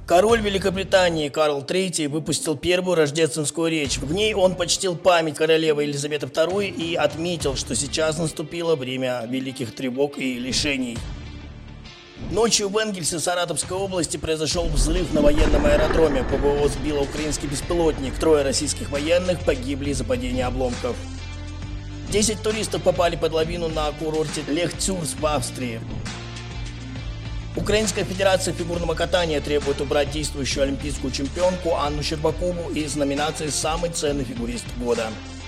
Король Великобритании Карл III выпустил первую рождественскую речь. В ней он почтил память королевы Елизаветы II и отметил, что сейчас наступило время великих тревог и лишений. Ночью в Энгельсе Саратовской области произошел взрыв на военном аэродроме. ПВО сбило украинский беспилотник. 3 российских военных погибли из-за падения обломков. 10 туристов попали под лавину на курорте Лехцюрс в Австрии. Украинская федерация фигурного катания требует убрать действующую олимпийскую чемпионку Анну Щербакову из номинации «Самый ценный фигурист года».